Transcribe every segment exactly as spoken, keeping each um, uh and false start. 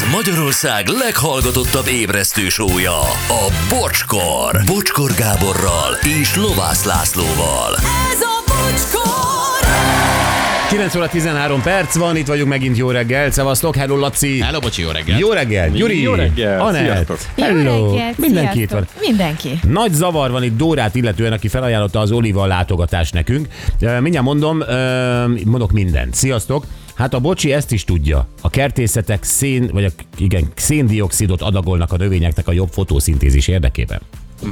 Ez Magyarország leghallgatottabb ébresztő show-ja, a Bocskor. Bocskor Gáborral és Lovász Lászlóval. Ez a Bocskor! kilenc óra tizenhárom perc van, itt vagyunk megint, jó reggel, szevasztok, hello Laci. Hello, bocsi, jó reggel. Jó reggel, Gyuri. Jó reggel, Anett. sziasztok. Hello. Jó reggelt, Mindenki itt sziasztok. van. Mindenki. Nagy zavar van itt Dórát illetően, aki felajánlotta az Oliva látogatást nekünk. Mindjárt mondom, mondok mindent. Sziasztok. Hát a bocsi ezt is tudja. A kertészetek szén, vagy a, igen, széndioxidot adagolnak a növényeknek a jobb fotoszintézis érdekében.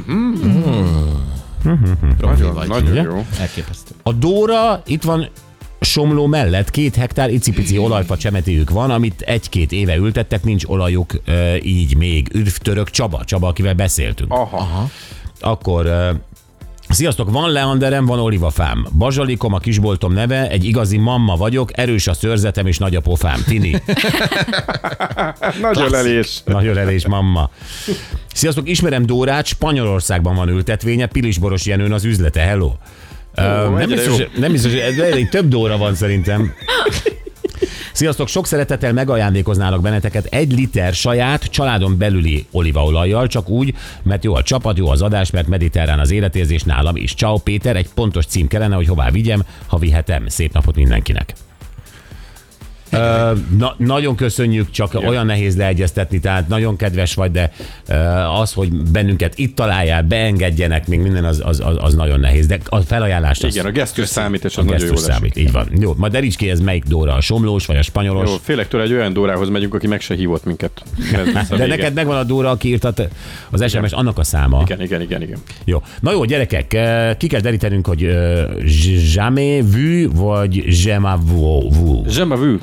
Nagyon, vagy, nagyon ugye? jó. Elképesztő. A Dóra itt van Somló mellett, két hektár icipici olajfa csemetéjük van, amit egy-két éve ültettek, nincs olajuk e, így még. Üdv török Csaba, Csaba, akivel beszéltünk. Aha. Aha. Akkor, e, sziasztok, van leanderem, van olivafám. Bazsalikom, a kisboltom neve, egy igazi mamma vagyok, erős a szőrzetem és nagy a pofám. Tini. Nagyon elés. Nagyon elés mamma. Sziasztok, ismerem Dórát, Spanyolországban van ültetvénye, Pilisboros Jenőn az üzlete, hello. Uh, nem, egyre biztos, jobb. nem biztos, de elég több Dóra van szerintem. Sziasztok, sok szeretettel megajándékoználok benneteket egy liter saját családon belüli olívaolajjal, csak úgy, mert jó a csapat, jó az adás, mert mediterrán az életérzés nálam is. Ciao Péter, egy pontos cím kellene, hogy hová vigyem, ha vihetem. Szép napot mindenkinek. Uh, na, nagyon köszönjük, csak ja. olyan nehéz leegyeztetni, tehát nagyon kedves vagy, de uh, az, hogy bennünket itt találjál, beengedjenek, még minden az, az, az, az nagyon nehéz, de a felajánlás az... Igen, a gesztus számít, és a az nagyon jól gesztus számít, esik. így van. Jó, majd deríts ki, ez melyik Dóra, a somlós vagy a spanyolos? Jó, félek tőle, egy olyan Dórához megyünk, aki meg se hívott minket. De neked megvan a Dóra, aki írta az es em es, annak a száma. Igen, igen, igen, igen. Jó. Na jó, gyerekek, eh, ki kell derítenünk, hogy uh, jamais vu, vagy jamais vu. Jamais vu.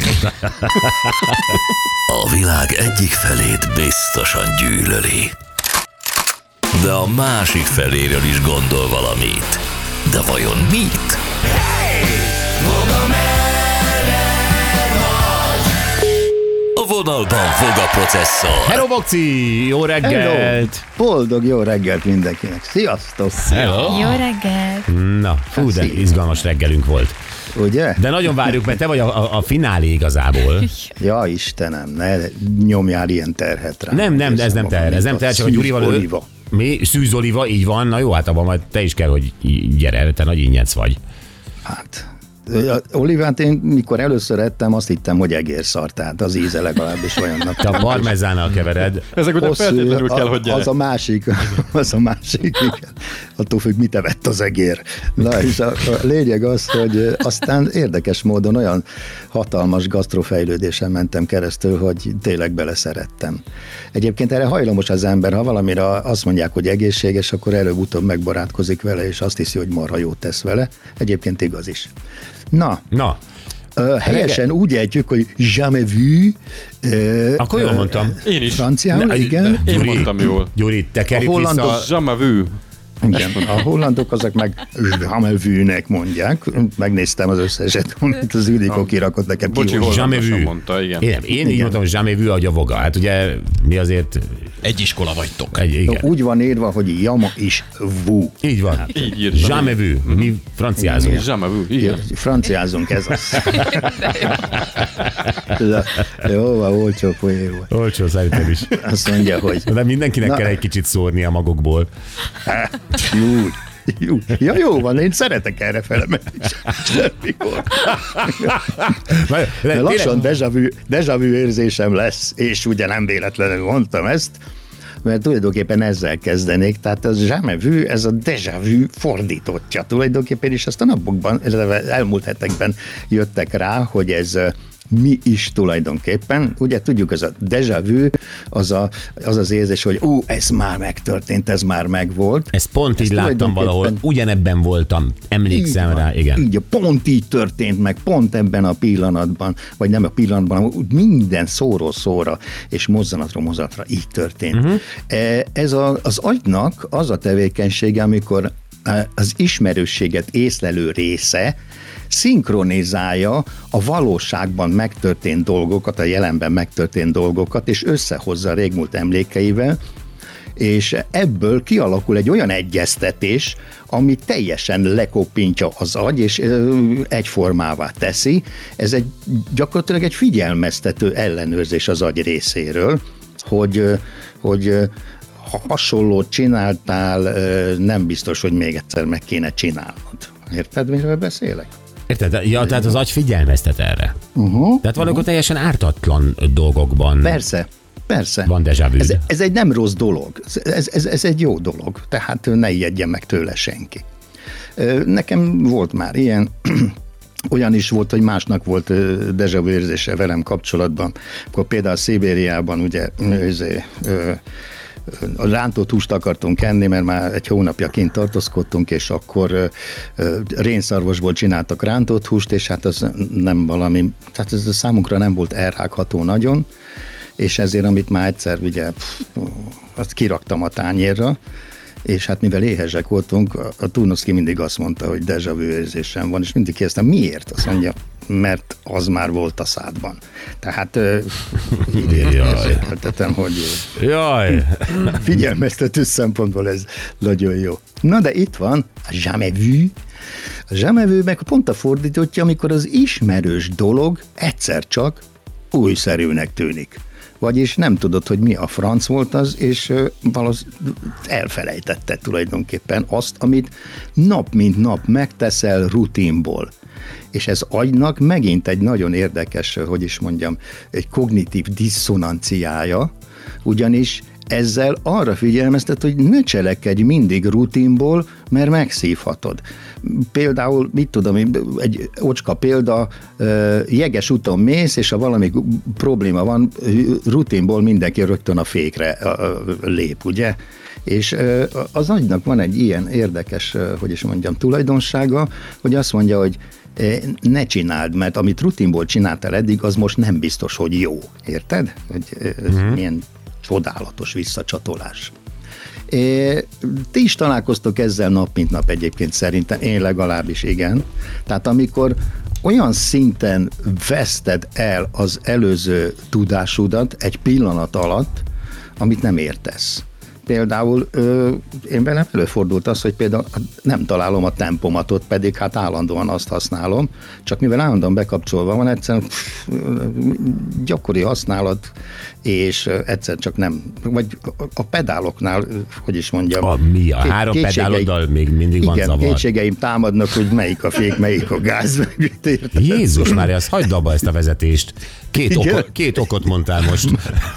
A világ egyik felét biztosan gyűlöli, de a másik feléről is gondol valamit. De vajon mit? A vonalban fog a processzor. Hello, Bokci! Jó reggelt! Hello. Boldog jó reggelt mindenkinek. Sziasztok! Hello! Jó reggelt. Na, fú, de Szia. izgalmas reggelünk volt. Ugye? De nagyon várjuk, mert te vagy a, a, a finálé igazából. Ja, Istenem, ne nyomjál ilyen terhet rá. Nem, nem, de ez nem teher. Ez nem teher, csak a Gyurival... ő- Oliva. Mi? Szűz Oliva, így van. Na jó, hát abban majd te is kell, hogy gyere, te nagy ingyenc vagy. Hát, olivát én mikor először ettem, azt hittem, hogy egérszar, tehát az íze legalábbis olyannak. Te a parmezánnal kevered. Ezek után Hosszú, feltétlenül kell, a- hogy gyere. Az a másik, az a másik, igen. Attól függ, mit evett az egér. Na, és a, a lényeg az, hogy aztán érdekes módon olyan hatalmas gasztrofejlődésen mentem keresztül, hogy tényleg beleszerettem. Egyébként erre hajlamos az ember, ha valamire azt mondják, hogy egészséges, akkor előbb-utóbb megbarátkozik vele, és azt hiszi, hogy marha jót tesz vele. Egyébként igaz is. Na, Na, Uh, helyesen úgy ejtjük, hogy jamais vu. Uh, akkor jól mondtam. Én is. Franciául, Ne, igen. Én mondtam jól. Gyuri, te kerít hollandok- vissza... Jamais vu. Igen, a hollandok azok meg jamais vu-nek mondják. Megnéztem az összeset, amit az üdikó kirakott nekem. Bocsi, ki. Jamais hollandosan vu. mondta, igen. Én, nem, én így Igen. mondtam, hogy jamais vu, ahogy a voga. Hát ugye mi azért... Egy iskola vagytok. Egy, igen. Úgy van írva, hogy jama és vu. Így van. Így írtam. Jamais vu. Mi franciázunk. Jamais vu, igen. Franciázunk, ez az. Jó, van, olcsó poén volt. Olcsó szerintem is. Azt mondja, hogy De mindenkinek Na. kell egy kicsit szórni a magukból. jó, jó. Ja, jó van, én szeretek erre felemenni. Semmikor. Na, De tényleg- lassan déjà vu, déjà vu érzésem lesz, és ugye nem véletlenül mondtam ezt, mert tulajdonképpen ezzel kezdenék, tehát az jamais vu, ez a déjà vu fordítottja tulajdonképpen, és ezt a napokban, illetve elmúlt hetekben jöttek rá, hogy ez mi is tulajdonképpen. Ugye tudjuk, ez a déjà vu, az a, az, az érzés, hogy ú, ez már megtörtént, ez már megvolt. Ezt pont Ez így láttam tulajdonképpen- valahol, ugyanebben voltam, emlékszem Így van, rá, igen. Így, pont így történt meg, pont ebben a pillanatban, vagy nem a pillanatban, hanem úgy minden szóról szóra, és mozzanatról mozzanatra így történt. Uh-huh. Ez a, az agynak az a tevékenysége, amikor az ismerősséget észlelő része szinkronizálja a valóságban megtörtént dolgokat, a jelenben megtörtént dolgokat, és összehozza a régmúlt emlékeivel, és ebből kialakul egy olyan egyeztetés, ami teljesen lekoppintja az agy, és egyformává teszi. Ez egy gyakorlatilag egy figyelmeztető ellenőrzés az agy részéről, hogy, hogy ha hasonlót csináltál, nem biztos, hogy még egyszer meg kéne csinálnod. Érted, miről beszélek? Érted? Ja, tehát az agy figyelmeztet erre. Uh-huh, tehát valójában uh-huh. teljesen ártatlan dolgokban. Persze. Persze. Van déjà vu. Ez, ez egy nem rossz dolog. Ez, ez, ez egy jó dolog. Tehát ne ijedjen meg tőle senki. Nekem volt már ilyen, olyan is volt, hogy másnak volt déjà vu érzése velem kapcsolatban. Akkor például Szibériában ugye a rántott húst akartunk enni, mert már egy hónapja kint tartózkodtunk, és akkor rénszarvasból csináltak rántott húst, és hát az nem valami, tehát ez számunkra nem volt elrágható nagyon, és ezért, amit már egyszer ugye, pff, azt kiraktam a tányérra, és hát mivel éhesek voltunk, a Turnoszki mindig azt mondta, hogy déjà vu érzésem van, és mindig kérdeztem, miért? Azt mondja, mert az már volt a szádban. Tehát idéztem, hogy Jaj. figyelmeztető szempontból ez nagyon jó. Na de itt van a jamais vu. A jamais vu meg pont a fordítottja, amikor az ismerős dolog egyszer csak újszerűnek tűnik. Vagyis nem tudod, hogy mi a franc volt az, és valószínűleg elfelejtette tulajdonképpen azt, amit nap mint nap megteszel rutinból. És ez agynak megint egy nagyon érdekes, hogy is mondjam, egy kognitív diszonanciája, ugyanis ezzel arra figyelmeztet, hogy ne cselekedj mindig rutinból, mert megszívhatod. Például, mit tudom, egy ocska példa, jeges úton mész, és ha valami probléma van, rutinból mindenki rögtön a fékre lép, ugye? És az agynak van egy ilyen érdekes, hogy is mondjam, tulajdonsága, hogy azt mondja, hogy ne csináld, mert amit rutinból csináltál eddig, az most nem biztos, hogy jó. Érted? Hogy uh-huh. milyen csodálatos visszacsatolás. É, ti is találkoztok ezzel nap, mint nap egyébként szerintem, én legalábbis igen. Tehát amikor olyan szinten veszted el az előző tudásudat egy pillanat alatt, amit nem értesz. Például ö, én velem előfordult az, hogy például nem találom a tempomatot, pedig hát állandóan azt használom, csak mivel állandóan bekapcsolva van, egyszerűen pff, gyakori használat, és egyszer csak nem, vagy a pedáloknál, hogy is mondjam. A, mi a három kétségei, pedáloddal még mindig van igen, zavar. Igen, kétségeim támadnak, hogy melyik a fék, melyik a gáz. Jézus Mária, azt hagyd abba ezt a vezetést. Két, oko, két okot mondtál most.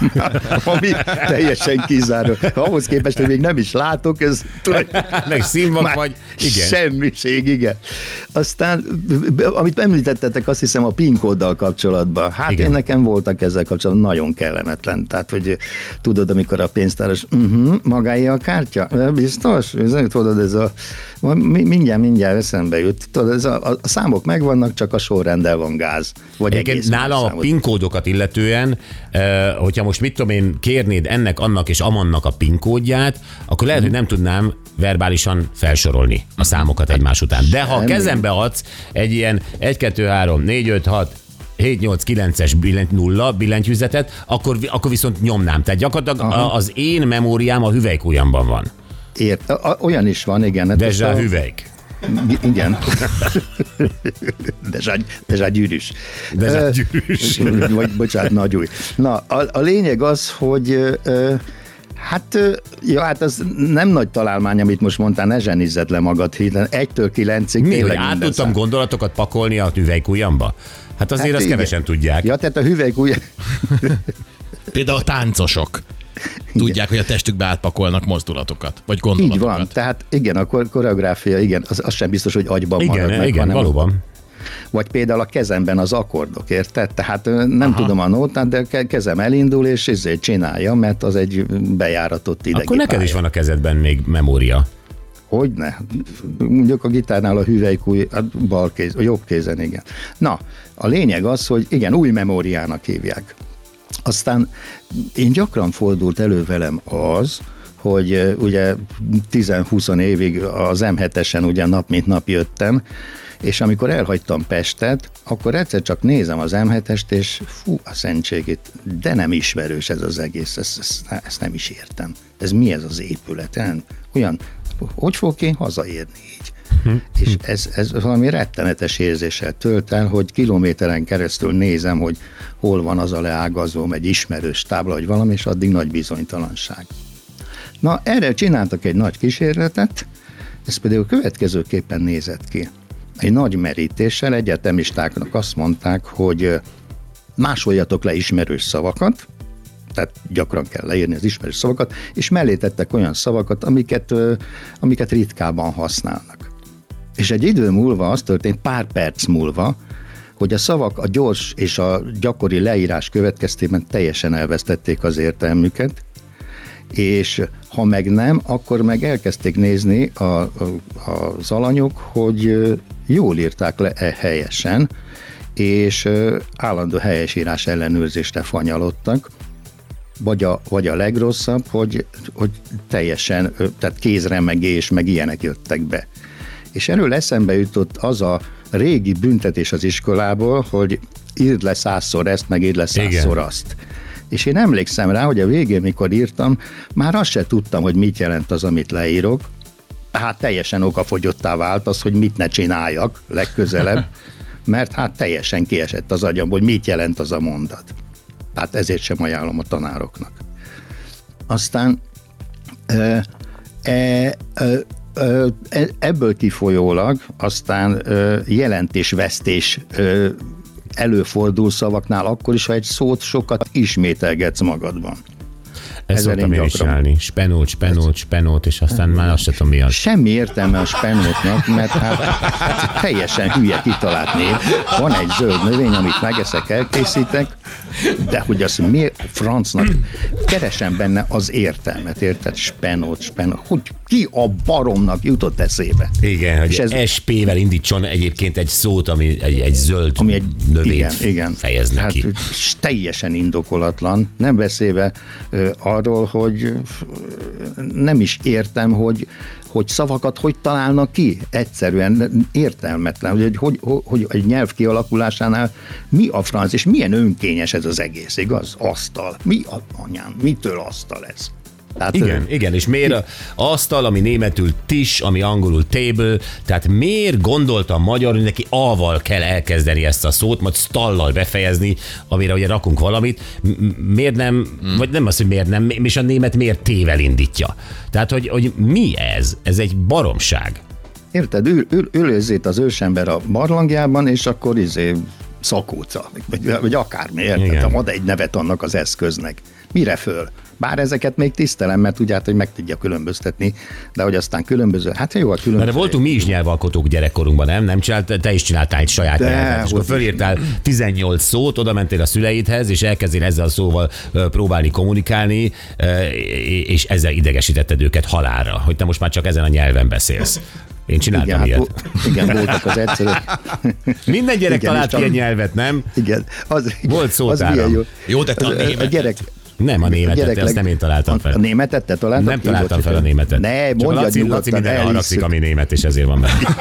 Ami teljesen kizáró. Ahhoz képest, hogy még nem is látok, ez meg színvak vagy. Igen. Semmiség, igen. Aztán, amit említettetek, azt hiszem a PIN kóddal kapcsolatban. Hát igen. Én nekem voltak ezzel kapcsolatban nagyon kellemetlen. Tehát, hogy tudod, amikor a pénztáros, uh-huh, magáé a kártya? Biztos? Tudod, ez a mindjárt, mindjárt eszembe jut. Tudod, ez a, a számok megvannak, csak a sorrenddel van gáz. Vagy egész nálam a PIN kódokat illetően, hogyha most mit tudom én, kérnéd ennek, annak és amannak a PIN kódját, akkor lehet, hogy nem tudnám verbálisan felsorolni a számokat egymás után. De ha a kezembe adsz egy ilyen egy, kettő, három, négy, öt, hat, hét, nyolc, kilences billenty, nulla billentyűzetet, akkor, akkor viszont nyomnám. Tehát gyakorlatilag aha. az én memóriám a hüvelykujjamban van. Ért, olyan is van, igen. Déjà hüvelyk. Igen. Déjà, déjà gyűrűs. Déjà gyűrűs. Vagy, bocsánat, nagy új. Na, a, a lényeg az, hogy hát, ja, hát az nem nagy találmány, amit most mondtál, ne zsenizzed le magad, hiszen egytől kilencig mi, hogy át tudtam szám. gondolatokat pakolni a hüvelykujjamba? Hát azért hát azt igen. kevesen tudják. Ja, tehát a hüvelykujjam... Például a táncosok. Tudják, igen. hogy a testükbe átpakolnak mozdulatokat, vagy gondolatokat. Így van, tehát igen, a koreográfia, igen, az, az sem biztos, hogy agyban igen, marad meg. Igen, hanem valóban. Vagy például a kezemben az akkordok, érted? Tehát nem Aha. tudom a nótát, de kezem elindul, és ezért csinálja, mert az egy bejáratott idegi Akkor neked pálya. is van a kezedben még memória. Hogyne? Mondjuk a gitárnál a hüvelykúj, a bal kéz, a jobb kézen, igen. Na, a lényeg az, hogy igen, új memóriának hívják. Aztán én gyakran fordult elő velem az, hogy ugye tíz-húsz évig az em hetesen ugye nap mint nap jöttem, És amikor elhagytam Pestet, akkor egyszer csak nézem az em hetest, és fú, a szentségét, de nem ismerős ez az egész, ezt, ezt, ezt nem is értem. Ez mi ez az épület? Olyan, hogy fogok én hazaérni így? És ez, ez valami rettenetes érzéssel tölt el, hogy kilométeren keresztül nézem, hogy hol van az a leágazó, egy ismerős tábla, vagy valami, és addig nagy bizonytalanság. Na, erre csináltak egy nagy kísérletet, ez pedig a következőképpen nézett ki. Egy nagy merítéssel egyetemistáknak azt mondták, hogy másoljatok le ismerős szavakat, tehát gyakran kell leírni az ismerős szavakat, és mellé tettek olyan szavakat, amiket, amiket ritkában használnak. És egy idő múlva az történt, pár perc múlva, hogy a szavak a gyors és a gyakori leírás következtében teljesen elvesztették az értelmüket, és ha meg nem, akkor meg elkezdték nézni a, a, az alanyok, hogy jól írták le helyesen, és állandó helyesírás ellenőrzésre fanyalodtak, vagy a, vagy a legrosszabb, hogy, hogy teljesen, tehát kézremegés, meg ilyenek jöttek be. És erről eszembe jutott az a régi büntetés az iskolából, hogy írd le százszor ezt, meg írd le százszor azt. És én emlékszem rá, hogy a végén, mikor írtam, már azt se tudtam, hogy mit jelent az, amit leírok. Hát teljesen okafogyottá vált az, hogy mit ne csináljak legközelebb, mert hát teljesen kiesett az agyam, hogy mit jelent az a mondat. Tehát ezért sem ajánlom a tanároknak. Aztán e, e, e, ebből kifolyólag aztán jelentésvesztés előfordul szavaknál akkor is, ha egy szót sokat ismételgetsz magadban. Ezt szoktam én is csinálni. Spenót, spenót, spenót, és aztán már azt sem tudom mi az. Semmi értelme a spenótnak, mert hát teljesen hülye kitalált név. Van egy zöld növény, amit megeszek, elkészítek, de hogy azt miért francnak, keresem benne az értelmet, érted? Spenót, spenót. Hogy ki a baromnak jutott eszébe? Igen, hogy ez es pé-vel indítson egyébként egy szót, ami egy, egy zöld ami egy, növényt igen, igen. fejezne hát, ki. Teljesen indokolatlan, nem beszélve uh, arról, hogy nem is értem, hogy, hogy szavakat hogy találnak ki. Egyszerűen értelmetlen, hogy, hogy, hogy, hogy egy nyelv kialakulásánál mi a franc, és milyen önkényes ez az egész, igaz? Asztal. Mi a anyám? Mitől asztal ez? Tehát, igen, ő, igen, és miért a asztal, ami németül tis, ami angolul table, tehát miért gondolta a magyar, hogy neki A-val kell elkezdeni ezt a szót, majd stallal befejezni, amire ugye rakunk valamit, miért nem, hmm. vagy nem az, hogy miért nem, és a német miért T-vel indítja. Tehát, hogy, hogy mi ez? Ez egy baromság. Érted, ül, ül, ülőzzét az ősember a barlangjában, és akkor izé szakóca, vagy, vagy akármi, érted, ad egy nevet annak az eszköznek. Mire föl? Bár ezeket még tisztelem, mert úgy át, hogy meg tudja különböztetni, de hogy aztán különböző, hát jó, a különböző. De voltunk mi is nyelvalkotók gyerekkorunkban, nem? Nem csinált, te is csináltál egy saját de, nyelvet, és akkor fölírtál tizennyolc szót, oda mentél a szüleidhez, és elkezdél ezzel a szóval próbálni kommunikálni, és ezzel idegesítetted őket halálra, hogy te most már csak ezen a nyelven beszélsz. Én csináltam igen, ilyet. Hát, igen, voltak az egyszerű. Minden gyerek igen, talált ilyen nyelvet, nem? Igen. Az, volt szótára. Jó. jó, de a, a gyerek. Nem a németet, ezt nem én találtam fel. A németet te találtam? Nem találtam fel a németet. Ne, mondjad Laci, nyugodtan, Laci minden haragszik, ami német, és ezért van benne.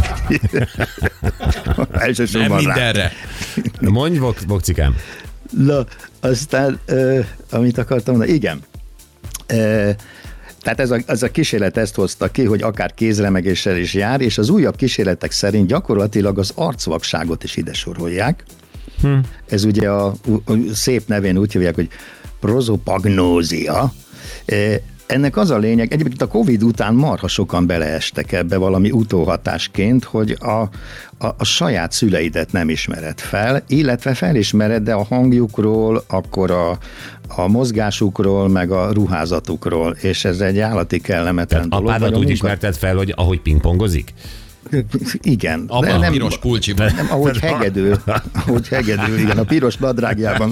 Nem mindenre. Mondj, Bokcikám. Na, aztán, uh, amit akartam mondani, igen. Uh, Tehát ez a, ez a kísérlet ezt hozta ki, hogy akár kézremegéssel is jár, és az újabb kísérletek szerint gyakorlatilag az arcvakságot is ide sorolják. Hm. Ez ugye a, a szép nevén úgy hívják, hogy prozopagnózia. Ennek az a lényeg, egyébként a Covid után marha sokan beleestek ebbe valami utóhatásként, hogy a, a, a saját szüleidet nem ismered fel, illetve felismered, de a hangjukról, akkor a, a mozgásukról, meg a ruházatukról, és ez egy állati kellemetlen dolog. Apádat úgy munka... ismerted fel, hogy ahogy pingpongozik? Igen. Abban a nem, piros pulcsiban. Nem, ahogy hegedül, ahogy hegedül, igen, a piros nadrágjában.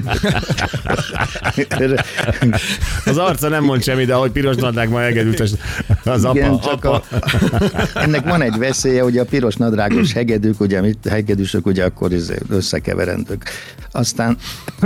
Az arca nem mond semmi, de ahogy piros nadrágban hegedült az igen, apa. Csak apa. A, ennek van egy veszélye, hogy a piros nadrágos hegedűk, ugye, amit hegedűsök, ugye akkor összekeverendők. Aztán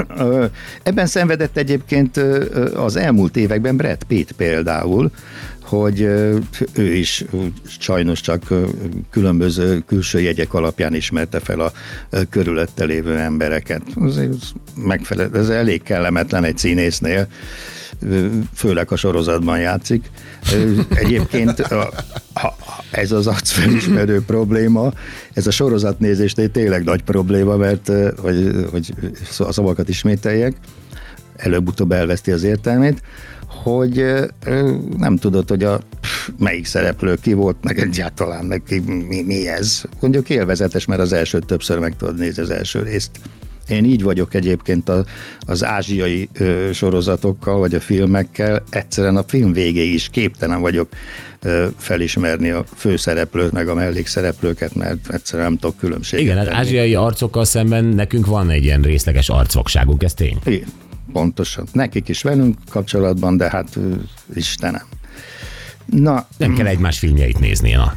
ebben szenvedett egyébként az elmúlt években Brad Pitt például, hogy ő is sajnos csak különböző külső jegyek alapján ismerte fel a körülötte lévő embereket. Ez, megfelel, ez elég kellemetlen egy színésznél, főleg a sorozatban játszik. Egyébként a, a, ez az arcfelismerő probléma, ez a sorozatnézésnél tényleg nagy probléma, mert hogy, hogy a szavakat ismételjek, előbb-utóbb elveszti az értelmét, hogy nem tudod, hogy a melyik szereplő ki volt, meg egyáltalán meg ki, mi, mi ez. Mondjuk élvezetes, mert az elsőt többször meg tudod nézni, az első részt. Én így vagyok egyébként a, az ázsiai ö, sorozatokkal, vagy a filmekkel, egyszerűen a film végéig is képtelen vagyok ö, felismerni a főszereplőt, meg a mellékszereplőket, mert egyszerűen nem tudok különbséget Igen, hát tenni. ázsiai arcokkal szemben nekünk van egy ilyen részleges arcvakságunk, ez tény. Igen, pontosan. Nekik is velünk kapcsolatban, de hát ö, Istenem. Na, Nem kell egymás filmjeit nézni, na.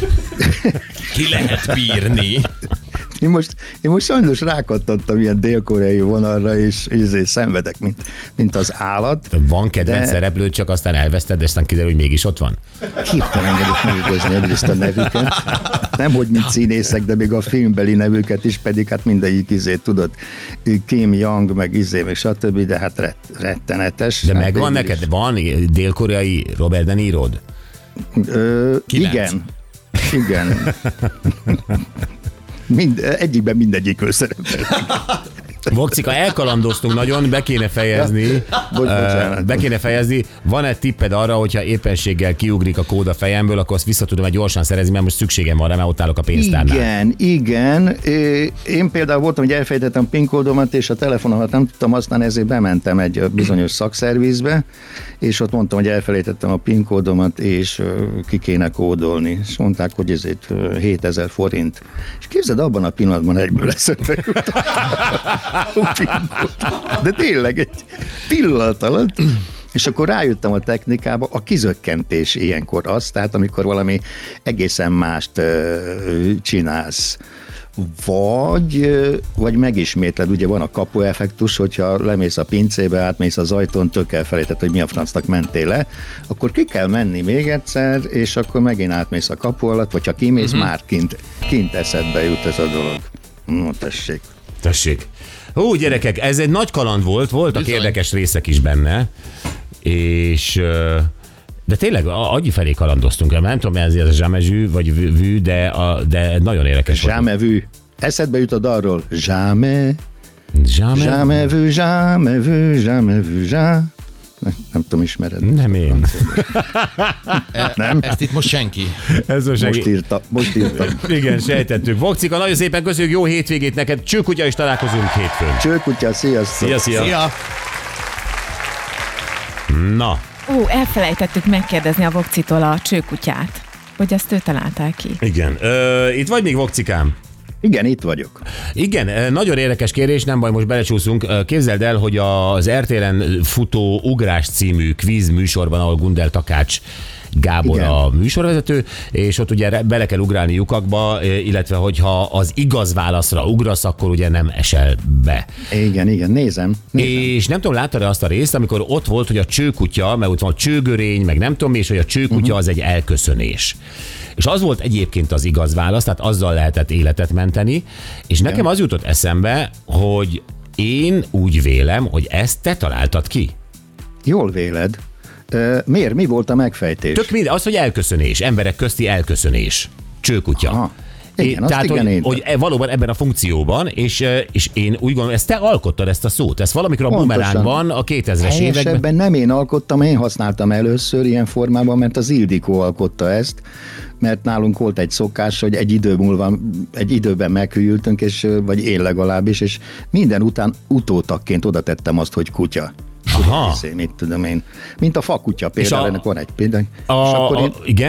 Ki lehet bírni? Én most, én most sajnos rákattattam ilyen dél-koreai vonalra, és, és szenvedek, mint, mint az állat. Van kedvenc De- szereplőd, csak aztán elveszted, de aztán kiderül, hogy mégis ott van. Képtelen vagyok megütözni egyrészt a nevüket. Nem, hogy mint színészek, de még a filmbeli nevüket is, pedig hát mindegyik izé, tudod, Kim Young, meg izé, meg stb., de hát ret, rettenetes. De Hát megvan végül neked? Van dél-koreai Robert De Niro-d? is. Ö, Kilenc. igen. Igen. Mind, egyikben mindegyikről szerepel. Vokcika, elkalandoztunk nagyon, be kéne fejezni. Bocs, Ö, bocsánat. be kéne fejezni. Van-e tipped arra, hogyha éppenséggel kiugrik a kód a fejemből, akkor azt vissza tudom egy gyorsan szerezni, mert most szükségem van rá, mert ott állok a pénztárnál. Igen, igen. Ö, Én például voltam, hogy elfejtettem PIN kódomat, és a telefonomat nem tudtam használni, ezért bementem egy bizonyos szakszervizbe, és ott mondtam, hogy elfelejtettem a PIN kódomat, és ö, ki kéne kódolni. És mondták, hogy ezért ö, hétezer forint. És képzeld, abban a pillanatban egyből eszembe jutott a PIN kód. De tényleg egy pillanat alatt. És akkor rájöttem a technikába, a kizökkentés ilyenkor az, tehát amikor valami egészen mást ö, csinálsz. Vagy, ö, vagy megismétled, ugye van a kapueffektus, hogyha lemész a pincébe, átmész az ajtón, tök elfelejtett, hogy mi a francnak mentél le, akkor ki kell menni még egyszer, és akkor megint átmész a kapu alatt, vagy ha kimész, uh-huh. már kint, kint eszedbe jut ez a dolog. No, tessék. Tessék. Hú, gyerekek, ez egy nagy kaland volt, voltak Bizony. érdekes részek is benne, és ö, de tényleg a- agyi felé kalandoztunk el, nem tudom, ez a zsámezsű, vagy vű, vű, de, a, de nagyon érdekes volt. Jamais vu. Eszedbe jutott arról, jamais, Zsáme? jamais vu, jamais vu, jamais vu, jamais. Nem, nem tudom, ismered. Nem én. Nem? Ezt itt most senki. Ez most Most írta, most írtam. Igen, sejtettük. Vokcika, nagyon szépen köszönjük, jó hétvégét neked. Csőkutya, is találkozunk hétfőn. Csőkutya, sziasztok! Szia, szia. Szia! Na, Ó, elfelejtettük megkérdezni a Vokcitól a csőkutyát, hogy azt ő találták ki. igen. Ö, itt vagy még, Vokcikám? Igen, itt vagyok. Igen, ö, nagyon érdekes kérdés, nem baj, most belecsúszunk. Ö, Képzeld el, hogy az er té el-en futó Ugrás című kvíz műsorban, ahol Gundel Takács Gábor Igen. a műsorvezető, és ott ugye re- bele kell ugrálni lyukakba, ö, illetve hogyha az igaz válaszra ugrasz, akkor ugye nem esel be. Igen, igen, nézem. nézem. És nem tudom, láttad-e azt a részt, amikor ott volt, hogy a csőkutya, mert ott van a csőgörény, meg nem tudom, és hogy a csőkutya uh-huh. az egy elköszönés. És az volt egyébként az igaz válasz, tehát azzal lehetett életet menteni, és nekem az jutott eszembe, hogy én úgy vélem, hogy ezt te találtad ki. Jól véled. Ö, miért? Mi volt a megfejtés? Tök minden, az, hogy elköszönés, emberek közti elköszönés. Csőkutya. Aha. Igen, azt tehát, igen, hogy, én hogy e- valóban ebben a funkcióban, és, és én úgy gondolom, ezt te alkottad ezt a szót. Ez valamikor a Pontosan. bumerangban, a kétezres években. Helyesebben nem én alkottam, én használtam először ilyen formában, mert az Ildikó alkotta ezt, mert nálunk volt egy szokás, hogy egy idő múlva, egy időben meghűltünk, és, vagy én legalábbis, és minden után utótakként oda tettem azt, hogy kutya. Aha. Izé, mit tudom én. Mint a fakutya például, a- ennek van egy példány. A, és akkor a, én, igen?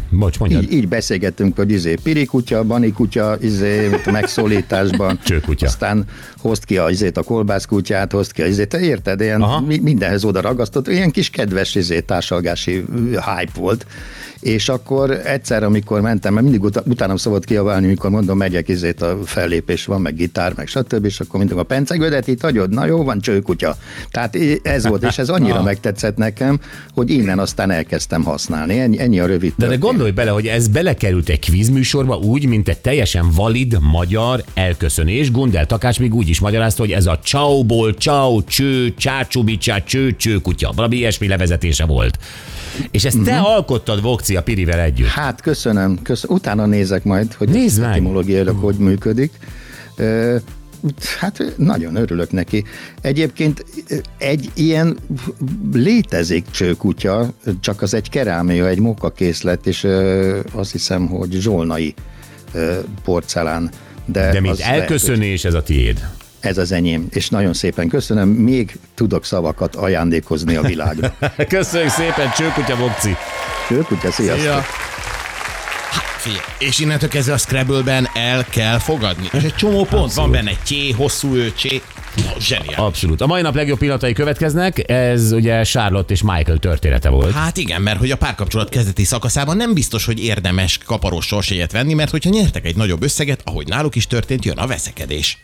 Bocs, mondjad. Így, így beszélgettünk, hogy izé piri kutya, bani kutya, izé megszólításban. Csőkutya. Aztán hozd ki a, izét, a kolbászkutyát, hozd ki a izét, te érted, ilyen Aha. mi- mindenhez oda ragasztott, ilyen kis kedves izé, társalgási hype volt. És akkor egyszer, amikor mentem, mert mindig ut- utánam szabad kiabálni, mikor mondom, megyek, izét a fellépés van, meg gitár, meg stb., és akkor mindig a pencegődet itt hagyod, na jó, van csőkutya. Tehát ez volt, és ez annyira megtetszett nekem, hogy innen aztán elkezdtem használni. Ennyi, ennyi a rövid De, de történet. gondolj bele, hogy ez belekerült egy kvízműsorba úgy, mint egy teljesen valid magyar elköszönés. Gundel Takács még úgy is magyarázta, hogy ez a csauból, csau, cső, csácsubicsá, cső, cső kutya. Valami ilyesmi levezetése volt. És ezt te alkottad, Vokci, a Pirivel együtt. Hát köszönöm, köszönöm. Utána nézek majd, hogy Nézd ez meg. etimológiailag hogy működik. Ö, Hát nagyon örülök neki. Egyébként egy ilyen létezik csőkutya, csak az egy kerámia, egy mókakészlet, és ö, azt hiszem, hogy zsolnai ö, porcelán. De, De mint az lehet, elköszönés, ez a tiéd. hogy ez az enyém, és nagyon szépen köszönöm. Még tudok szavakat ajándékozni a világra. Köszönjük szépen, Csőkutya Vokci. Csőkutya, sziasztok! Ja. Figyelj, és innentől kezdve a Scrabble-ben el kell fogadni. És egy csomó pont Abszolút. van benne, csé, hosszú ő, csé. No, zseniális. Abszolút. A mai nap legjobb pillanatai következnek, ez ugye Charlotte és Michael története volt. Hát igen, mert hogy a párkapcsolat kezdeti szakaszában nem biztos, hogy érdemes kaparós sorsjegyet venni, mert hogyha nyertek egy nagyobb összeget, ahogy náluk is történt, jön a veszekedés.